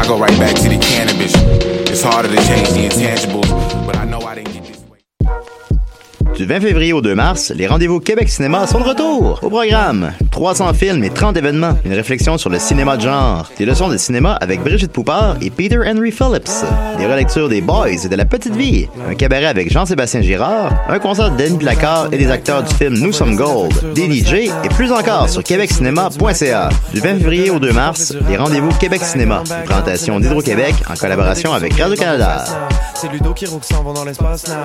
I go right back to the cannabis. It's harder to change the intangibles, but I know I didn't get this way. Du 20 février au 2 mars, les rendez-vous Québec Cinéma sont de retour. Au programme, 300 films et 30 événements. Une réflexion sur le cinéma de genre. Des leçons de cinéma avec Brigitte Poupard et Peter Henry Phillips. Des relectures des Boys et de La Petite Vie. Un cabaret avec Jean-Sébastien Girard. Un concert de Denis Placard et des acteurs du film Nous sommes Gold. Des DJ et plus encore sur québeccinéma.ca. Du 20 février au 2 mars, les rendez-vous Québec Cinéma. Une présentation d'Hydro-Québec en collaboration avec Radio-Canada. C'est Ludo qui s'en va dans l'espace now.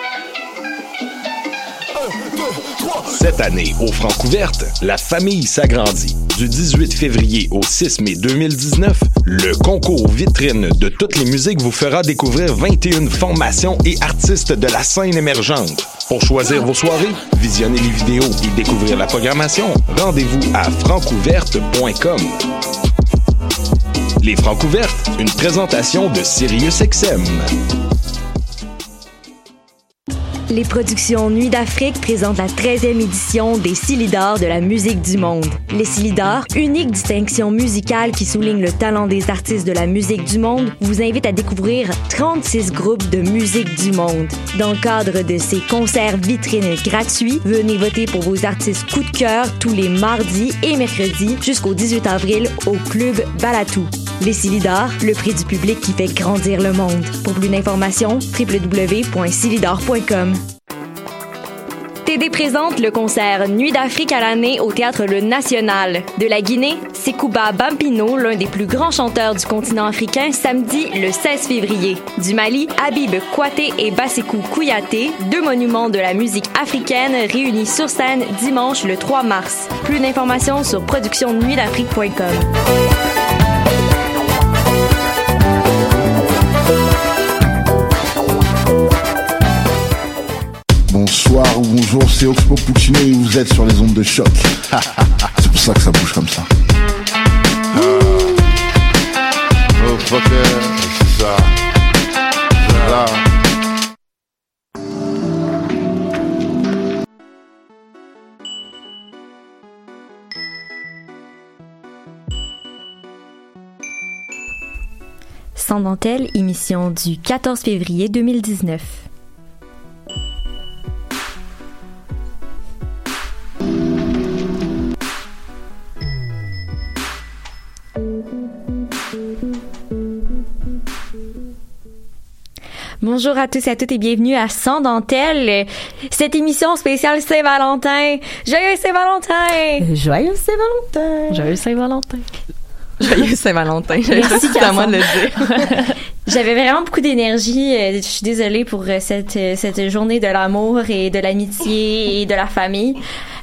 Cette année, au Francouverte, la famille s'agrandit. Du 18 février au 6 mai 2019, le concours vitrine de toutes les musiques vous fera découvrir 21 formations et artistes de la scène émergente. Pour choisir vos soirées, visionner les vidéos et découvrir la programmation, rendez-vous à francouverte.com. Les Francouvertes, une présentation de SiriusXM. Les productions Nuit d'Afrique présentent la 13e édition des Silidor de la musique du monde. Les Silidor, unique distinction musicale qui souligne le talent des artistes de la musique du monde, vous invite à découvrir 36 groupes de musique du monde. Dans le cadre de ces concerts vitrines gratuits, venez voter pour vos artistes coup de cœur tous les mardis et mercredis jusqu'au 18 avril au Club Balatou. Les Silidor, le prix du public qui fait grandir le monde. Pour plus d'informations, www.silidor.com. TD présente le concert Nuit d'Afrique à l'année au Théâtre Le National. De la Guinée, Sekouba Bampino, l'un des plus grands chanteurs du continent africain, samedi le 16 février. Du Mali, Habib Kouaté et Bassekou Kouyaté, deux monuments de la musique africaine réunis sur scène dimanche le 3 mars. Plus d'informations sur productionnuitdafrique.com. Bonsoir ou bonjour, c'est Oxpo Puccino et vous êtes sur les ondes de choc. C'est pour ça que ça bouge comme ça. Oh fucker, c'est ça. C'est ça. Sans dentelle, émission du 14 février 2019. Bonjour à tous et à toutes et bienvenue à Sans dentelle, cette émission spéciale Saint-Valentin. Joyeux Saint-Valentin! Joyeux Saint-Valentin! Joyeux Saint-Valentin! Joyeux Saint-Valentin! Merci, c'est à moi de le dire. J'avais vraiment beaucoup d'énergie. Je suis désolée pour cette journée de l'amour et de l'amitié et de la famille.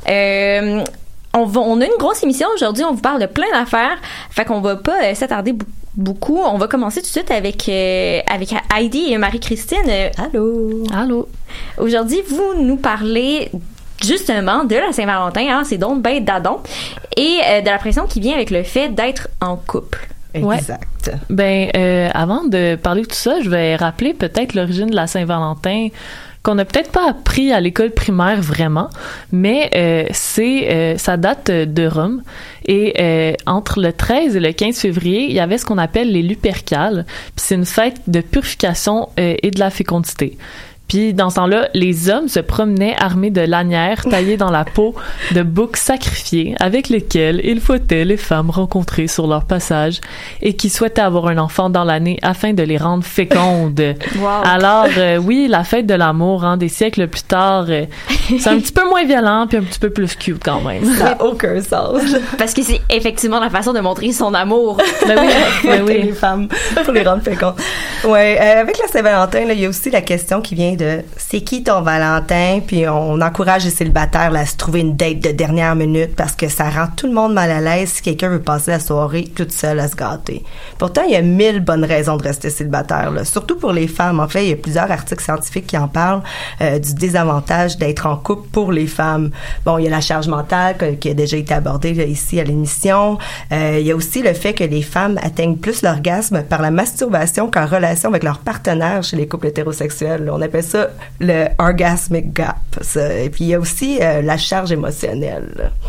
On a une grosse émission aujourd'hui. On vous parle de plein d'affaires. Fait qu'on va pas s'attarder beaucoup. On va commencer tout de suite avec Heidi et Marie-Christine. Allô. Aujourd'hui, vous nous parlez justement de la Saint-Valentin. Hein, c'est donc ben dadon. Et de la pression qui vient avec le fait d'être en couple. Exact. Avant de parler de tout ça, je vais rappeler peut-être l'origine de la Saint-Valentin qu'on n'a peut-être pas appris à l'école primaire vraiment, mais ça date de Rome. Et entre le 13 et le 15 février, il y avait ce qu'on appelle les Lupercales. Puis c'est une fête de purification et de la fécondité. Puis dans ce temps-là, les hommes se promenaient armés de lanières taillées dans la peau de boucs sacrifiés avec lesquels ils fouettaient les femmes rencontrées sur leur passage et qui souhaitaient avoir un enfant dans l'année afin de les rendre fécondes. Wow. Alors oui, la fête de l'amour, des siècles plus tard, c'est un petit peu moins violent puis un petit peu plus cute quand même. Ça n'a aucun sens. Parce que c'est effectivement la façon de montrer son amour. Oui. Les femmes pour les rendre fécondes. Ouais, avec la Saint-Valentin, là, il y a aussi la question qui vient de c'est qui ton Valentin, puis on encourage les célibataires là, à se trouver une date de dernière minute parce que ça rend tout le monde mal à l'aise si quelqu'un veut passer la soirée toute seule à se gâter. Pourtant, il y a 1000 bonnes raisons de rester célibataire, là, surtout pour les femmes. En fait, il y a plusieurs articles scientifiques qui en parlent du désavantage d'être en couple pour les femmes. Bon, il y a la charge mentale qui a déjà été abordée là, ici à l'émission. Il y a aussi le fait que les femmes atteignent plus l'orgasme par la masturbation qu'en relation avec leur partenaire chez les couples hétérosexuels. On appelle ça le orgasmic gap. Ça. Et puis, il y a aussi la charge émotionnelle.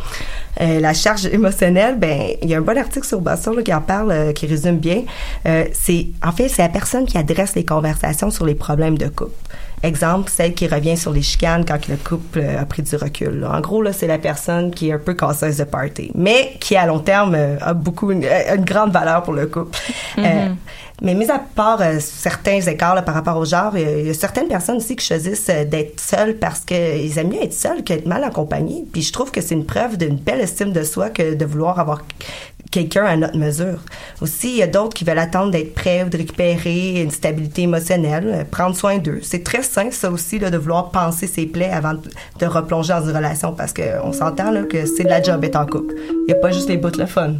La charge émotionnelle, ben il y a un bon article sur Boston là, qui en parle, qui résume bien. C'est la personne qui adresse les conversations sur les problèmes de couple. Exemple, celle qui revient sur les chicanes quand le couple a pris du recul. Là. En gros, là, c'est la personne qui est un peu casseuse de party, mais qui, à long terme, a une grande valeur pour le couple. Mais mis à part certains écarts là, par rapport au genre, il y a certaines personnes aussi qui choisissent d'être seules parce qu'ils aiment mieux être seules qu'être mal accompagnés. Puis je trouve que c'est une preuve d'une belle estime de soi que de vouloir avoir quelqu'un à notre mesure. Aussi, il y a d'autres qui veulent attendre d'être prêts ou de récupérer une stabilité émotionnelle, prendre soin d'eux. C'est très sain, ça aussi, là, de vouloir penser ses plaies avant de replonger dans une relation parce qu'on s'entend là, que c'est de la job être en couple. Il n'y a pas juste les bouts de le fun.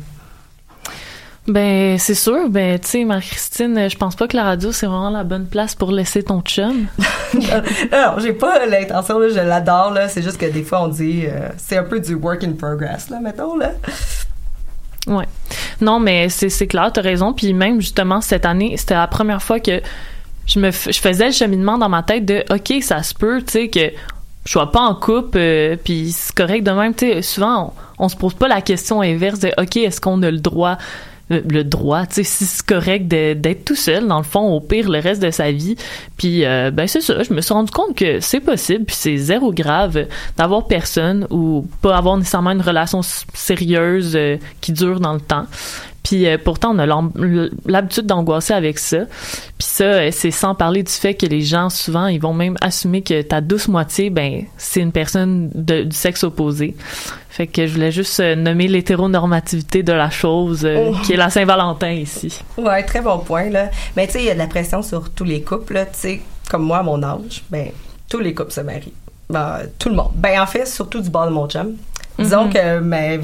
Ben, c'est sûr. Ben, tu sais, Marie-Christine, je pense pas que la radio, c'est vraiment la bonne place pour laisser ton chum. non, j'ai pas l'intention, là, je l'adore, là. C'est juste que des fois, on dit, c'est un peu du work in progress, là, mettons, là. Ouais. Non, mais c'est clair, t'as raison. Puis même, justement, cette année, c'était la première fois que je faisais le cheminement dans ma tête de, OK, ça se peut, tu sais, que je sois pas en couple, puis c'est correct de même. Tu sais, souvent, on se pose pas la question inverse de, OK, est-ce qu'on a le droit, tu sais, si c'est correct d'être tout seul, dans le fond, au pire, le reste de sa vie. Puis, ben c'est ça, je me suis rendu compte que c'est possible, puis c'est zéro grave d'avoir personne ou pas avoir nécessairement une relation sérieuse qui dure dans le temps. Puis pourtant, on a l'habitude d'angoisser avec ça. Puis ça, c'est sans parler du fait que les gens, souvent, ils vont même assumer que ta douce moitié, ben c'est une personne du sexe opposé. Fait que je voulais juste nommer l'hétéronormativité de la chose, qui est la Saint-Valentin ici. Ouais, très bon point, là. Mais tu sais, il y a de la pression sur tous les couples, là. Tu sais, comme moi, à mon âge, ben tous les couples se marient. Ben, tout le monde. Ben en fait, surtout du bord de mon chum. Disons que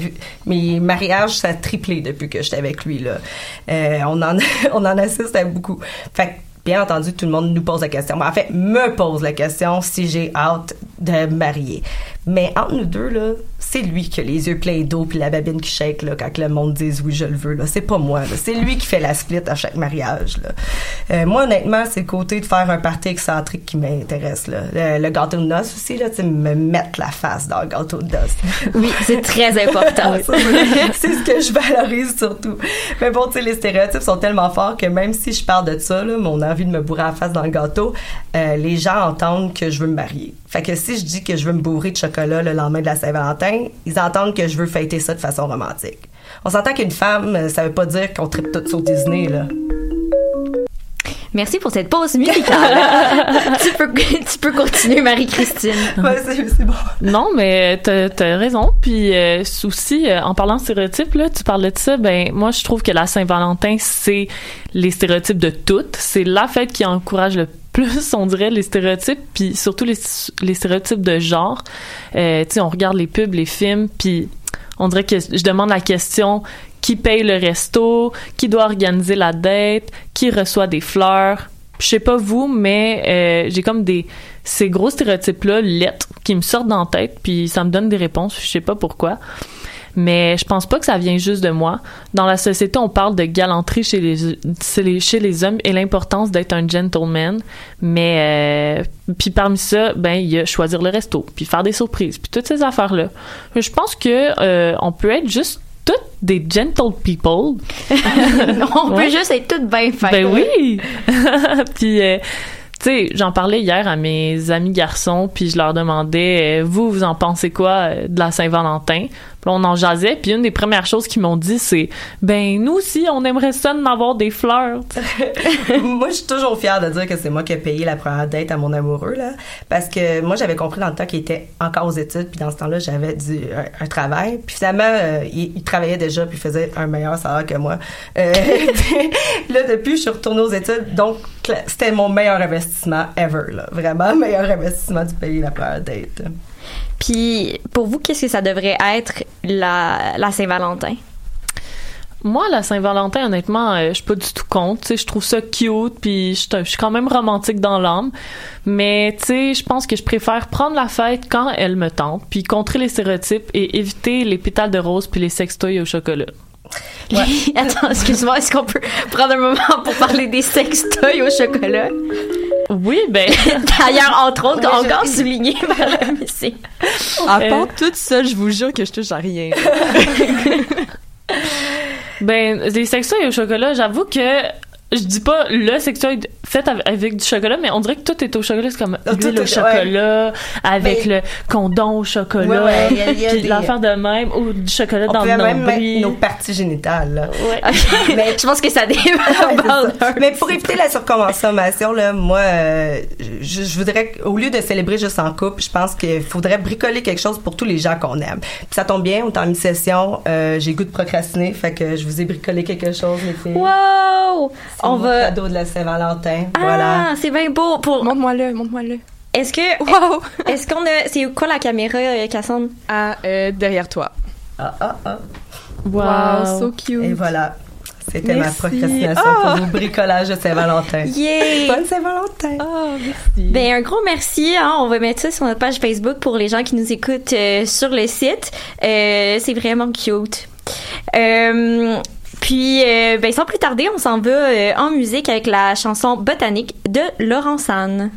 mes mariages, ça a triplé depuis que j'étais avec lui, là. On en assiste à beaucoup. Fait que, bien entendu, tout le monde nous pose la question. En fait, me pose la question si j'ai hâte de me marier. Mais entre nous deux, là, c'est lui qui a les yeux pleins d'eau puis la babine qui shake, là, quand le monde dit oui, je le veux, là. C'est pas moi, là. C'est lui qui fait la split à chaque mariage, là. Moi, honnêtement, c'est le côté de faire un party excentrique qui m'intéresse, là. Le gâteau de noces aussi, là, tu sais, me mettre la face dans le gâteau de noces. Oui, c'est très important. C'est ce que je valorise surtout. Mais bon, tu sais, les stéréotypes sont tellement forts que même si je parle de ça, là, mon envie de me bourrer la face dans le gâteau, les gens entendent que je veux me marier. Fait que si je dis que je veux me bourrer de chocolat le lendemain de la Saint-Valentin, ils entendent que je veux fêter ça de façon romantique. On s'entend qu'une femme, ça veut pas dire qu'on tripe toutes sur Disney, là. Merci pour cette pause musicale. tu peux continuer, Marie-Christine. Ouais, c'est bon. Non, mais t'as raison. Puis aussi, en parlant de stéréotypes, là, tu parlais de ça. Ben moi, je trouve que la Saint-Valentin, c'est les stéréotypes de toutes. C'est la fête qui encourage le plus, on dirait, les stéréotypes, puis surtout les stéréotypes de genre. Tu sais, on regarde les pubs, les films, puis on dirait que je demande la question: qui paye le resto, qui doit organiser la date, qui reçoit des fleurs. Je sais pas vous, mais j'ai comme ces gros stéréotypes-là, lettres, qui me sortent dans la tête, puis ça me donne des réponses, je sais pas pourquoi. Mais je pense pas que ça vient juste de moi. Dans la société, on parle de galanterie chez les hommes et l'importance d'être un gentleman. Mais puis parmi ça, ben il y a choisir le resto, puis faire des surprises, puis toutes ces affaires-là. Je pense que on peut être juste toutes des gentle people. On peut juste être toutes bien faites. Ben oui. Puis tu sais, j'en parlais hier à mes amis garçons, puis je leur demandais vous en pensez quoi de la Saint-Valentin? Puis on en jasait, puis une des premières choses qu'ils m'ont dit, c'est ben nous aussi on aimerait ça d'en avoir des fleurs. Moi je suis toujours fière de dire que c'est moi qui ai payé la première date à mon amoureux, là, parce que moi j'avais compris dans le temps qu'il était encore aux études, puis dans ce temps-là j'avais un travail, puis finalement il travaillait déjà, puis il faisait un meilleur salaire que moi. Là depuis je suis retournée aux études, donc c'était mon meilleur investissement ever, là, vraiment meilleur investissement du payer la première date. Puis, pour vous, qu'est-ce que ça devrait être la Saint-Valentin? Moi, la Saint-Valentin, honnêtement, je suis pas du tout contre. Tu sais, je trouve ça cute, puis je suis quand même romantique dans l'âme. Mais, tu sais, je pense que je préfère prendre la fête quand elle me tente, puis contrer les stéréotypes et éviter les pétales de rose puis les sextoys au chocolat. Ouais. Attends, excuse-moi, est-ce qu'on peut prendre un moment pour parler des sextoys au chocolat? Oui, ben. D'ailleurs, entre autres, encore souligné par la musique. À part tout ça, je vous jure que je touche à rien. Ben, les sextoys au chocolat, j'avoue que je dis pas le sextoy fait avec du chocolat, mais on dirait que tout est au chocolat. C'est comme l'huile au chocolat, avec le condom au chocolat, puis l'affaire de même, ou du chocolat dans le nombril. On peut même mettre nos parties génitales. Là. Ouais. Okay. Mais je pense que ça dépend. Mais pour éviter la surconsommation, là, moi, je voudrais, au lieu de célébrer juste en couple, je pense qu'il faudrait bricoler quelque chose pour tous les gens qu'on aime. Puis ça tombe bien, on est en mi-session, j'ai goût de procrastiner, fait que je vous ai bricolé quelque chose, les filles. Wow! On va cadeau de la Saint-Valentin. Ah, voilà. C'est bien beau. Montre-moi-le. Est-ce que wow. Est-ce qu'on a c'est quoi la caméra, Cassandre? Derrière toi. Wow, so cute. Et voilà. C'était ma procrastination pour vos bricolages de Saint-Valentin. Yeah! Bonne Saint-Valentin! Merci. Ben, un gros merci. On va mettre ça sur notre page Facebook pour les gens qui nous écoutent sur le site. C'est vraiment cute. Puis, ben, sans plus tarder, on s'en va en musique avec la chanson Botanique de Laurent San.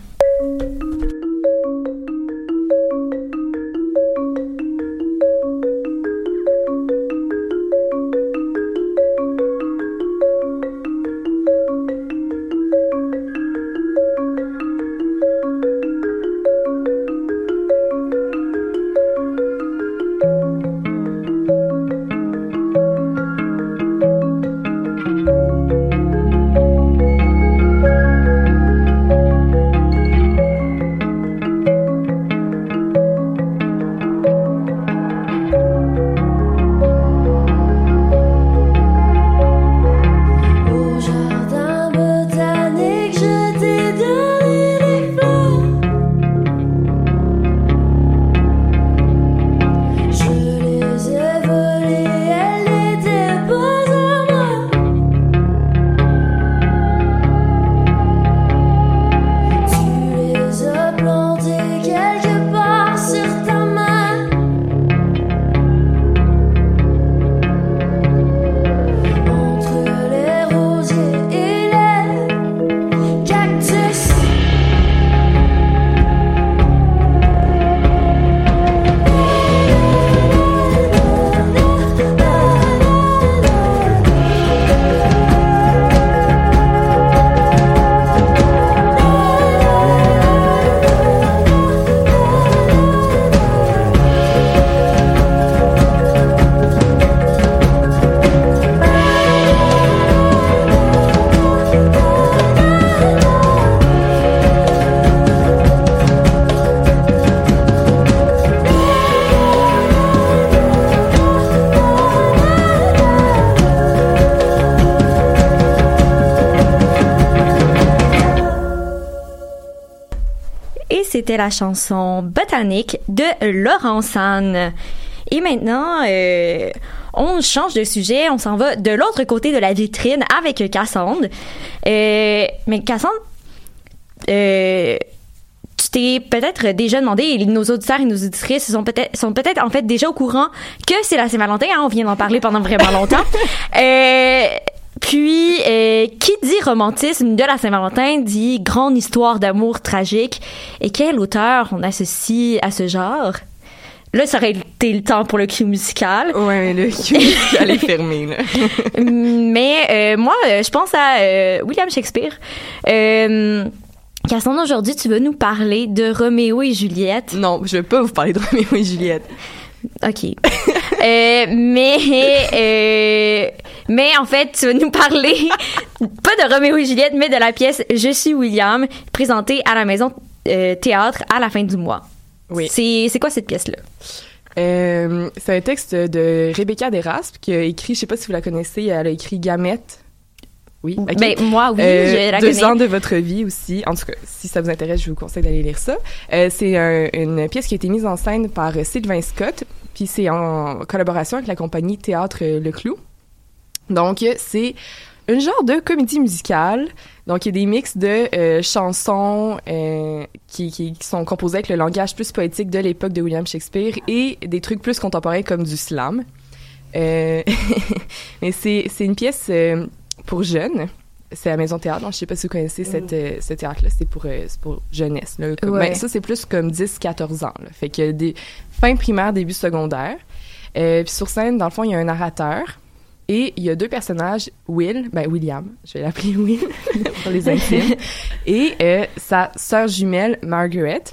C'était la chanson Botanique de Laurent San. Et maintenant, on change de sujet, on s'en va de l'autre côté de la vitrine avec Cassandre. Mais Cassandre, tu t'es peut-être déjà demandé, et nos auditeurs et nos auditrices sont peut-être en fait déjà au courant que c'est la Saint-Valentin, hein, on vient d'en parler pendant vraiment longtemps. Puis, qui dit romantisme de la Saint-Valentin dit grande histoire d'amour tragique. Et quel auteur on associe à ce genre? Là, ça aurait été le temps pour le cue musical. Ouais, le cue musical est fermé, là. Mais moi, je pense à William Shakespeare. Cassandre, aujourd'hui, tu veux nous parler de Roméo et Juliette. Non, je vais pas vous parler de Roméo et Juliette. OK. Mais en fait, tu vas nous parler pas de Roméo et Juliette, mais de la pièce Je suis William, présentée à la Maison Théâtre à la fin du mois. Oui. C'est quoi cette pièce-là? C'est un texte de Rebecca Deraspe qui a écrit, je sais pas si vous la connaissez, elle a écrit Gamette. Oui, okay. Ben, moi, oui, je la connais. 2 ans de votre vie aussi. En tout cas, si ça vous intéresse, je vous conseille d'aller lire ça. C'est une pièce qui a été mise en scène par Sylvain Scott, puis c'est en collaboration avec la compagnie Théâtre Le Clou. Donc, c'est un genre de comédie musicale. Donc, il y a des mix de chansons qui sont composées avec le langage plus poétique de l'époque de William Shakespeare et des trucs plus contemporains comme du slam. Mais c'est une pièce pour jeunes. c'est la Maison Théâtre. Donc, je sais pas si vous connaissez ce théâtre-là. C'est pour jeunesse. Là, ben, ça, c'est plus comme 10-14 ans. Là. Fait que des fin primaire, début secondaire. Puis sur scène, dans le fond, il y a un narrateur. Et il y a 2 personnages, William, je vais l'appeler Will pour les intimes, et sa sœur jumelle, Margaret.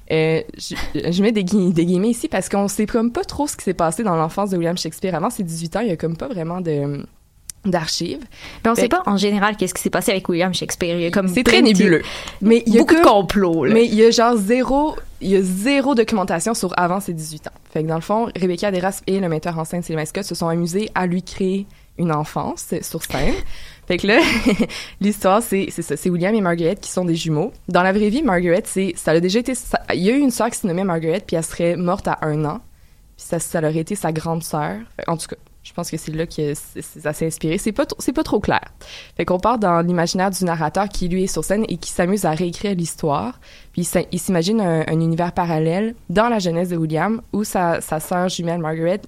Je mets des guillemets ici parce qu'on sait comme pas trop ce qui s'est passé dans l'enfance de William Shakespeare. Avant ses 18 ans, il y a comme pas vraiment d'archives. Mais on sait pas en général qu'est-ce qui s'est passé avec William Shakespeare. Il y a comme c'est très nébuleux. Mais il y a beaucoup de complots. Là. Mais il y a genre zéro documentation sur avant ses 18 ans. Fait que dans le fond, Rebecca Derras et le metteur en scène Sylvain Scott se sont amusés à lui créer une enfance sur scène. Fait que là, l'histoire, c'est ça. C'est William et Margaret qui sont des jumeaux. Dans la vraie vie, Margaret, ça a déjà été... il y a eu une sœur qui se nommait Margaret, puis elle serait morte à 1 an. Puis ça aurait été sa grande sœur. En tout cas, je pense que c'est là que ça s'est inspiré. C'est pas trop clair. Fait qu'on part dans l'imaginaire du narrateur qui, lui, est sur scène et qui s'amuse à réécrire l'histoire. Puis il s'imagine un univers parallèle dans la jeunesse de William où sa sœur jumelle Margaret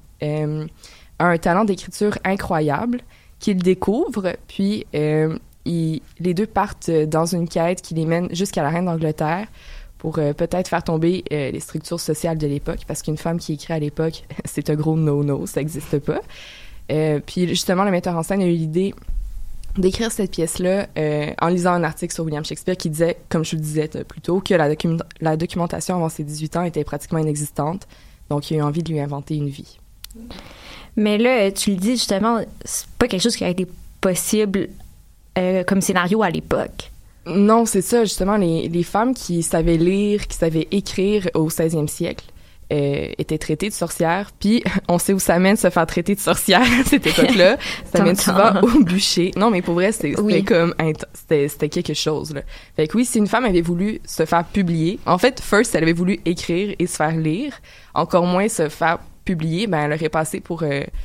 a un talent d'écriture incroyable qu'il découvre. Puis les 2 partent dans une quête qui les mène jusqu'à la reine d'Angleterre pour peut-être faire tomber les structures sociales de l'époque, parce qu'une femme qui écrit à l'époque, c'est un gros no-no, ça n'existe pas. Puis justement, le metteur en scène a eu l'idée d'écrire cette pièce-là en lisant un article sur William Shakespeare qui disait, comme je le disais plus tôt, que la documentation avant ses 18 ans était pratiquement inexistante, donc il a eu envie de lui inventer une vie. Mais là, tu le dis justement, c'est pas quelque chose qui a été possible comme scénario à l'époque. Non, c'est ça, justement, les femmes qui savaient lire, qui savaient écrire au 16e siècle étaient traitées de sorcières, puis on sait où ça mène se faire traiter de sorcière à cette époque-là. Ça mène souvent au bûcher. Non, mais pour vrai, c'était quelque chose, là. Fait que oui, si une femme avait voulu se faire publier, en fait, first, elle avait voulu écrire et se faire lire, encore moins se faire publier, ben elle aurait passé pour...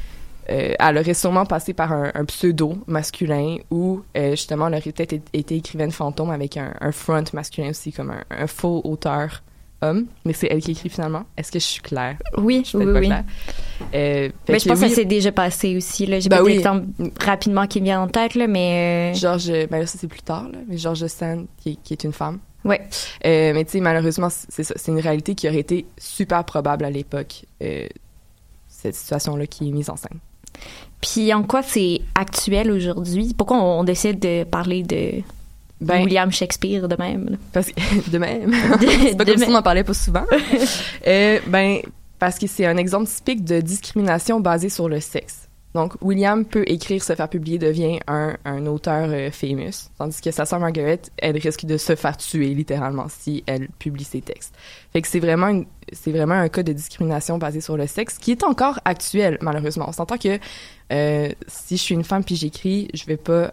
elle aurait sûrement passé par un pseudo masculin ou justement elle aurait peut-être été écrivaine fantôme avec un front masculin aussi, comme un faux auteur homme, mais c'est elle qui écrit finalement. Est-ce que je suis claire? Oui, je suis pas claire. Mais je pense que ça s'est déjà passé aussi. Là. J'ai pas d'exemple rapidement qui me vient en tête, là, mais... George, ça c'est plus tard, là, mais George Sand, qui est une femme. Oui. Mais tu sais, malheureusement, c'est ça. C'est une réalité qui aurait été super probable à l'époque, cette situation-là qui est mise en scène. Puis en quoi c'est actuel aujourd'hui? Pourquoi on décide de parler de William Shakespeare de même? Là? Parce que, de même? C'est pas comme si on n'en parlait pas souvent. Parce que c'est un exemple typique de discrimination basée sur le sexe. Donc, William peut écrire, se faire publier, devient un auteur famous, tandis que sa sœur Margaret, elle risque de se faire tuer, littéralement, si elle publie ses textes. Fait que c'est vraiment un cas de discrimination basée sur le sexe, qui est encore actuel, malheureusement. On s'entend que si je suis une femme puis j'écris, je vais pas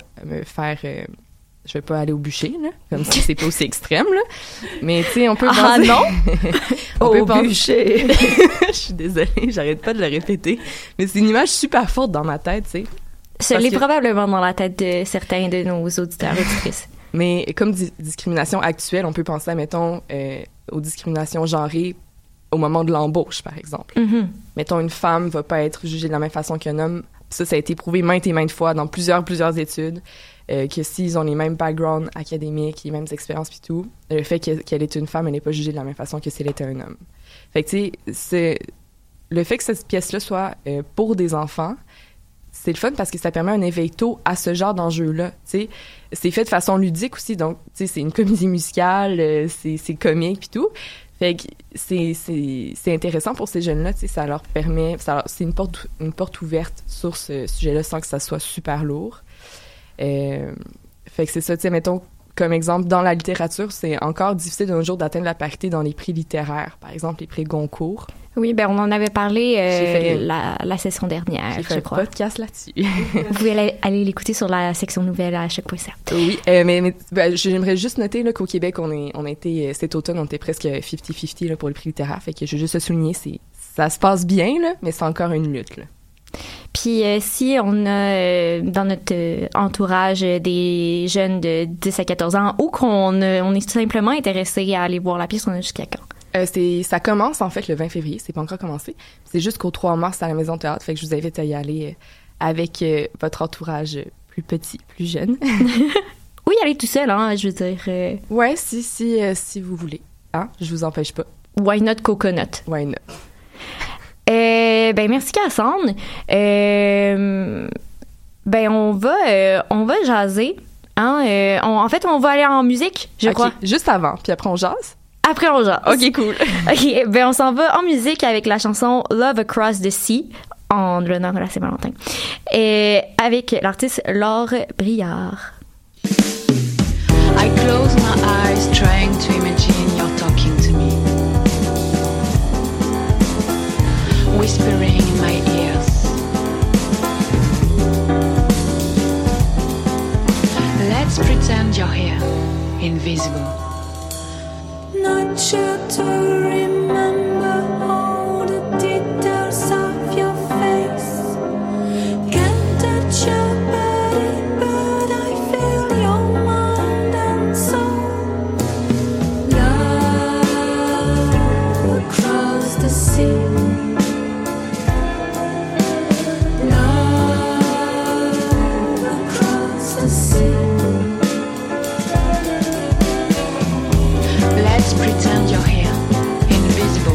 aller au bûcher, là, comme si c'est pas aussi extrême, là. Mais, tu sais, on peut penser... Ah non? Au bûcher! Je suis désolée, j'arrête pas de le répéter. Mais c'est une image super forte dans ma tête, tu sais. Ça l'est probablement dans la tête de certains de nos auditeurs et auditrices. Mais comme discrimination actuelle, on peut penser, mettons, aux discriminations genrées au moment de l'embauche, par exemple. Mm-hmm. Mettons, une femme va pas être jugée de la même façon qu'un homme. Ça a été prouvé maintes et maintes fois dans plusieurs études. Que s'ils ont les mêmes backgrounds académiques, les mêmes expériences puis tout, le fait qu'elle est une femme, elle n'est pas jugée de la même façon que si elle était un homme. Fait que, tu sais, le fait que cette pièce-là soit pour des enfants, c'est le fun parce que ça permet un éveil tôt à ce genre d'enjeu-là, tu sais. C'est fait de façon ludique aussi, donc, tu sais, c'est une comédie musicale, c'est comique puis tout. Fait que c'est intéressant pour ces jeunes-là, tu sais, ça leur permet... c'est une porte ouverte sur ce sujet-là sans que ça soit super lourd. Fait que c'est ça, tu sais, mettons, comme exemple, dans la littérature, c'est encore difficile de nos jours d'atteindre la parité dans les prix littéraires. Par exemple, les prix Goncourt. Oui, ben on en avait parlé la session dernière, je crois. J'ai fait un podcast là-dessus. Vous pouvez aller l'écouter sur la section nouvelle à choc.ca. Oui, mais j'aimerais juste noter là, qu'au Québec, on a été, cet automne, on était presque 50-50 là, pour les prix littéraires. Fait que je veux juste le souligner, ça se passe bien, là, mais c'est encore une lutte, là. Puis si on a dans notre entourage des jeunes de 10 à 14 ans ou qu'on on est tout simplement intéressé à aller voir la pièce, on a jusqu'à quand? Ça commence en fait le 20 février, c'est pas encore commencé. C'est jusqu'au 3 mars à la Maison Théâtre, fait que je vous invite à y aller avec votre entourage plus petit, plus jeune. Oui, aller tout seul, hein, je veux dire. Ouais, si vous voulez. Hein, je vous empêche pas. Why not coconut? Why not? Ben merci Cassandre. Ben on va jaser. Hein, en fait, on va aller en musique, je crois. Juste avant, puis après on jase? Après on jase. OK, cool. OK, ben on s'en va en musique avec la chanson Love Across the Sea, en l'honneur de la Saint-Valentin, et avec l'artiste Laure Briard. I close my eyes trying to imagine you're talking to me, whispering in my ears. Let's pretend you're here, invisible. Not sure to remember all the details of your face. Can't touch your body, but I feel your mind and soul. Love across the sea. Love across the sea. Let's pretend you're here, invisible.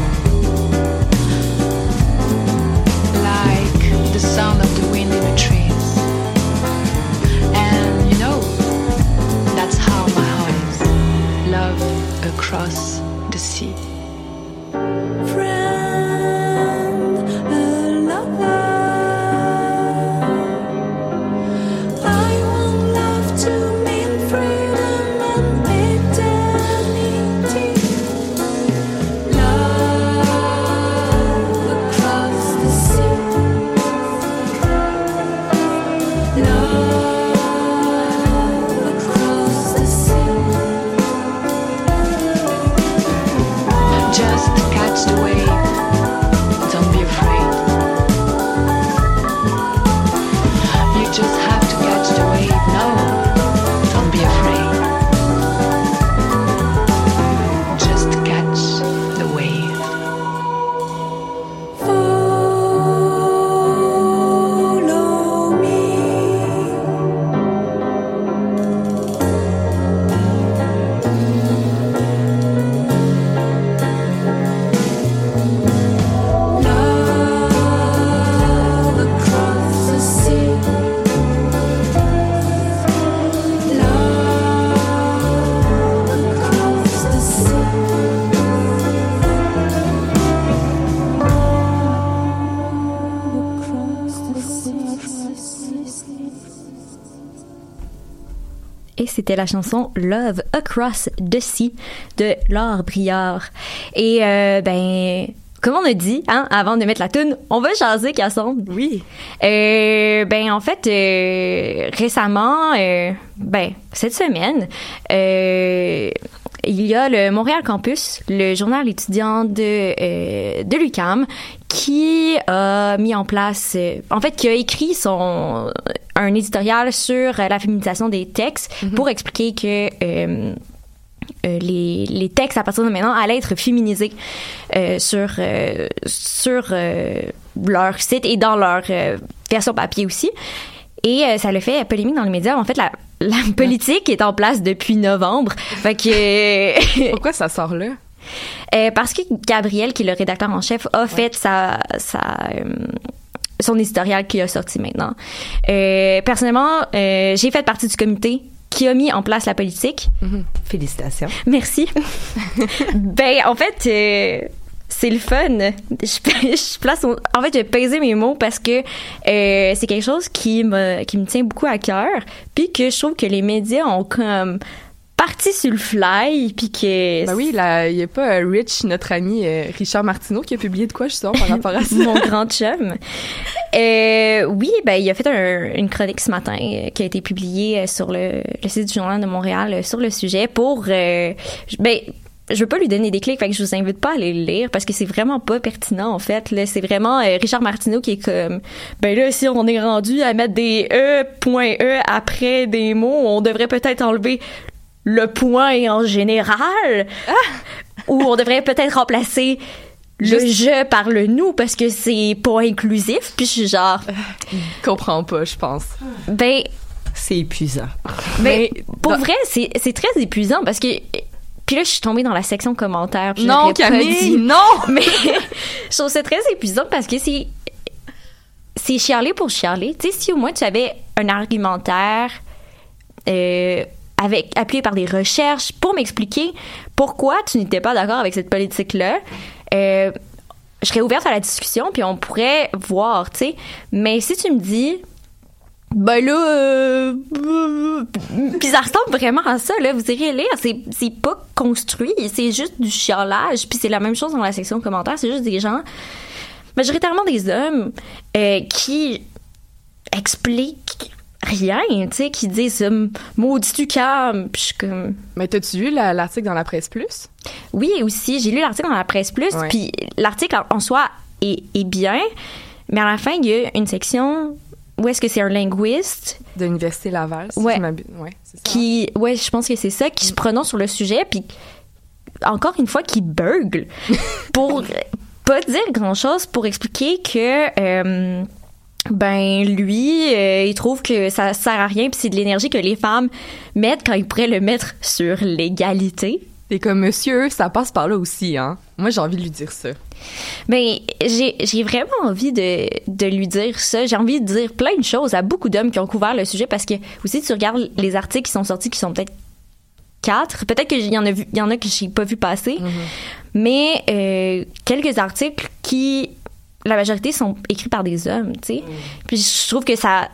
Like the sound of the wind in the trees. And you know, that's how my heart is. Love across the sea. Friend, a lover. I want love to mean freedom and eternity. Love across the sea. Love across the sea. Just catch the wave. Don't be afraid. You just have to catch the wave. No, don't be afraid. Just catch the wave. Follow me. Love across the sea. Love across the sea. Et c'était la chanson Love Across the Sea de Laure Briard. Et ben, comme on a dit, hein, avant de mettre la toune, on va jaser, Cassandre. Oui. Ben, en fait, récemment, ben, cette semaine, il y a le Montréal Campus, le journal étudiant de l'UQAM, qui a mis en place, en fait, qui a écrit un éditorial sur la féminisation des textes pour expliquer que les textes à partir de maintenant allaient être féminisés sur leur site et dans leur version papier aussi. Et ça le fait polémique dans les médias. En fait, la politique est en place depuis novembre. Fait que pourquoi ça sort là? Parce que Gabriel, qui est le rédacteur en chef, a fait son éditorial qui a sorti maintenant. Personnellement, j'ai fait partie du comité qui a mis en place la politique. Félicitations. Merci. Ben, en fait, c'est le fun. En fait, j'ai pesé mes mots parce que c'est quelque chose qui me tient beaucoup à cœur, puis que je trouve que les médias ont comme parti sur le fly, puis que... Ben oui, il y a pas Rich, notre ami Richard Martineau, qui a publié de quoi, justement, par rapport à ça? Mon grand chum. Oui, ben il a fait une chronique ce matin qui a été publiée sur le site du Journal de Montréal sur le sujet pour... ben, je veux pas lui donner des clics, fait que je vous invite pas à aller le lire parce que c'est vraiment pas pertinent, en fait. Là, c'est vraiment Richard Martineau qui est comme, ben là, si on est rendu à mettre des E.E après des mots, on devrait peut-être enlever le point en général, ou on devrait peut-être remplacer le je par le nous parce que c'est pas inclusif. Puis je suis genre... comprends pas, je pense. Ben... C'est épuisant. Mais pour vrai, c'est très épuisant parce que... Puis là, je suis tombée dans la section commentaires. Puis Non, j'aurais pas Camille, dit. non! Mais je trouve ça très épuisant parce que c'est chialer pour chialer. Tu sais, si au moins tu avais un argumentaire appuyé par des recherches pour m'expliquer pourquoi tu n'étais pas d'accord avec cette politique-là, je serais ouverte à la discussion puis on pourrait voir, tu sais. Mais si tu me dis... Ben là, puis ça ressemble vraiment à ça, là. Vous irez lire, c'est pas construit, c'est juste du chialage. Puis c'est la même chose dans la section commentaires, c'est juste des gens, majoritairement des hommes, qui expliquent rien, tu sais, qui disent maudit tu calme. Puis je suis comme. Mais t'as-tu lu l'article dans la Presse Plus? Oui, aussi, j'ai lu l'article dans la Presse Plus, Ouais. puis l'article en soi est bien, mais à la fin, il y a une section. Où est-ce que c'est un linguiste De l'Université Laval, si ouais, je m'abuse. Ouais, c'est ça. qui, ouais, je pense que c'est ça, qui se prononce sur le sujet, puis encore une fois, qui bugle pour pas dire grand-chose, pour expliquer que, ben, lui, il trouve que ça sert à rien, puis c'est de l'énergie que les femmes mettent quand ils pourraient le mettre sur l'égalité. Et comme monsieur, ça passe par là aussi, hein. Moi, j'ai envie de lui dire ça. Ben, j'ai vraiment envie de lui dire ça. J'ai envie de dire plein de choses à beaucoup d'hommes qui ont couvert le sujet parce que aussi tu regardes les articles qui sont sortis qui sont peut-être 4. Peut-être qu'il y en a que j'ai pas vu passer. Mais quelques articles qui la majorité sont écrits par des hommes, tu sais. Puis je trouve ça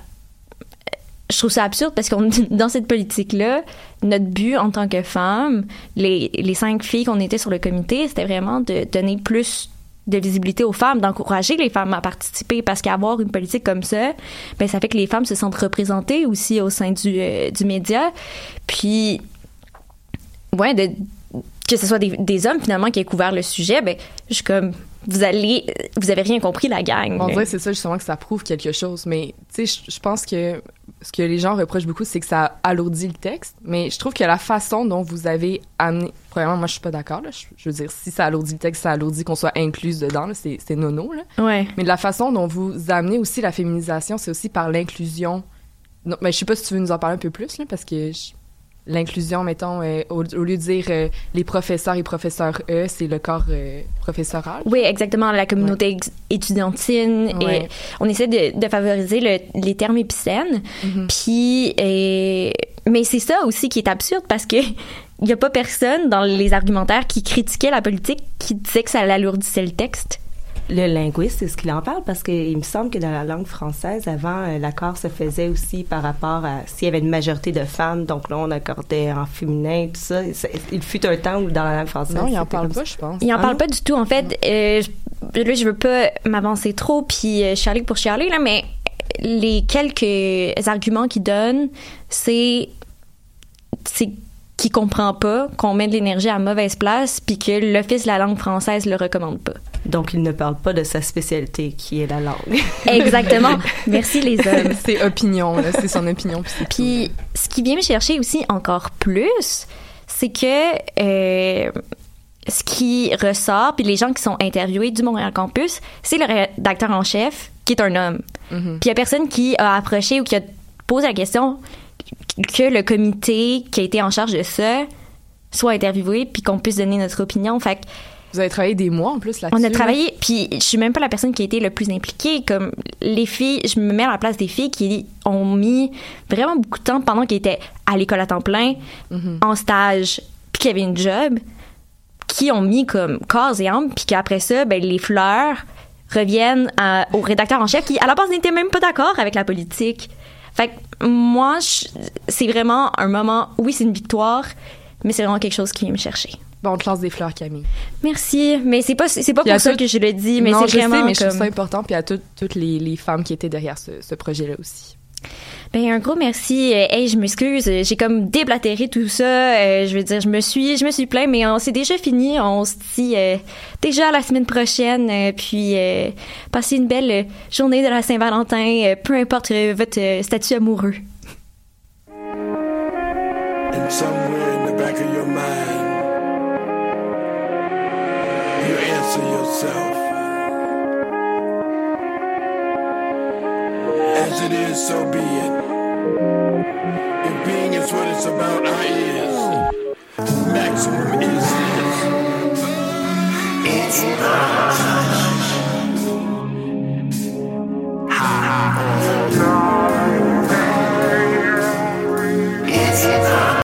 absurde parce qu'on dans cette politique-là, notre but en tant que femme, les 5 filles qu'on était sur le comité, c'était vraiment de donner plus de visibilité aux femmes, d'encourager les femmes à participer parce qu'avoir une politique comme ça, ben ça fait que les femmes se sentent représentées aussi au sein du média. Puis ouais, que ce soit des hommes finalement qui aient couvert le sujet, ben je suis comme vous avez rien compris, la gang. On dirait que c'est ça justement que ça prouve quelque chose. Mais tu sais, je pense que ce que les gens reprochent beaucoup, c'est que ça alourdit le texte. Mais je trouve que la façon dont vous avez amené... Premièrement, moi, je suis pas d'accord. Là. Je veux dire, si ça alourdit le texte, ça alourdit qu'on soit incluse dedans. Là. C'est nono. Là. Ouais. Mais de la façon dont vous amenez aussi la féminisation, c'est aussi par l'inclusion. Non, mais je sais pas si tu veux nous en parler un peu plus, là, parce que... L'inclusion, mettons, au lieu de dire les professeurs et professeurs c'est le corps professoral. Oui, exactement, la communauté étudiantine. Ouais. Et on essaie de favoriser les termes épicènes. Puis, mais c'est ça aussi qui est absurde parce que il y a pas personne dans les argumentaires qui critiquait la politique qui disait que ça alourdissait le texte. Le linguiste, est-ce qu'il en parle? Parce qu'il me semble que dans la langue française, avant, l'accord se faisait aussi par rapport à s'il y avait une majorité de femmes, donc là, on accordait en féminin, tout ça. Il fut un temps où dans la langue française... Non, il en parle pas, je pense. Il en parle pas du tout. En fait, là, je veux pas m'avancer trop, puis chialer pour chialer, là, mais les quelques arguments qu'il donne, c'est qu'il comprend pas qu'on met de l'énergie à mauvaise place puis que l'Office de la langue française le recommande pas. Donc, il ne parle pas de sa spécialité, qui est la langue. Exactement. Merci, les hommes. C'est opinion, là. C'est son opinion. Puis, ce qui vient me chercher aussi encore plus, c'est que ce qui ressort, puis les gens qui sont interviewés du Montréal Campus, c'est le rédacteur en chef, qui est un homme. Puis, il y a personne qui a approché ou qui a posé la question que le comité qui a été en charge de ça soit interviewé puis qu'on puisse donner notre opinion. Fait que vous avez travaillé des mois en plus là-dessus. On a travaillé, puis je suis même pas la personne qui a été le plus impliquée. Comme les filles, je me mets à la place des filles qui ont mis vraiment beaucoup de temps pendant qu'elles étaient à l'école à temps plein, en stage, puis qui avaient une job, qui ont mis comme corps et âme, puis qu'après ça, ben, les fleurs reviennent au rédacteur en chef qui, à la base, n'était même pas d'accord avec la politique. Fait que moi, c'est vraiment un moment, oui, c'est une victoire, mais c'est vraiment quelque chose qui vient me chercher. Bon, on te lance des fleurs, Camille. Merci, mais c'est pas pour ça que je le dis, mais non, c'est vraiment sais, mais comme... je trouve ça important, puis à toutes les femmes qui étaient derrière ce projet-là aussi. Ben un gros merci. Hey, je m'excuse, j'ai comme déblatéré tout ça. Je veux dire, je me suis plaint, mais c'est déjà fini. On se dit déjà à la semaine prochaine. Puis passez une belle journée de la Saint-Valentin, peu importe votre statut amoureux. And somewhere in the back of your mind, you answer yourself. As it is, so be it. If being is what it's about, I is. Maximum is. It's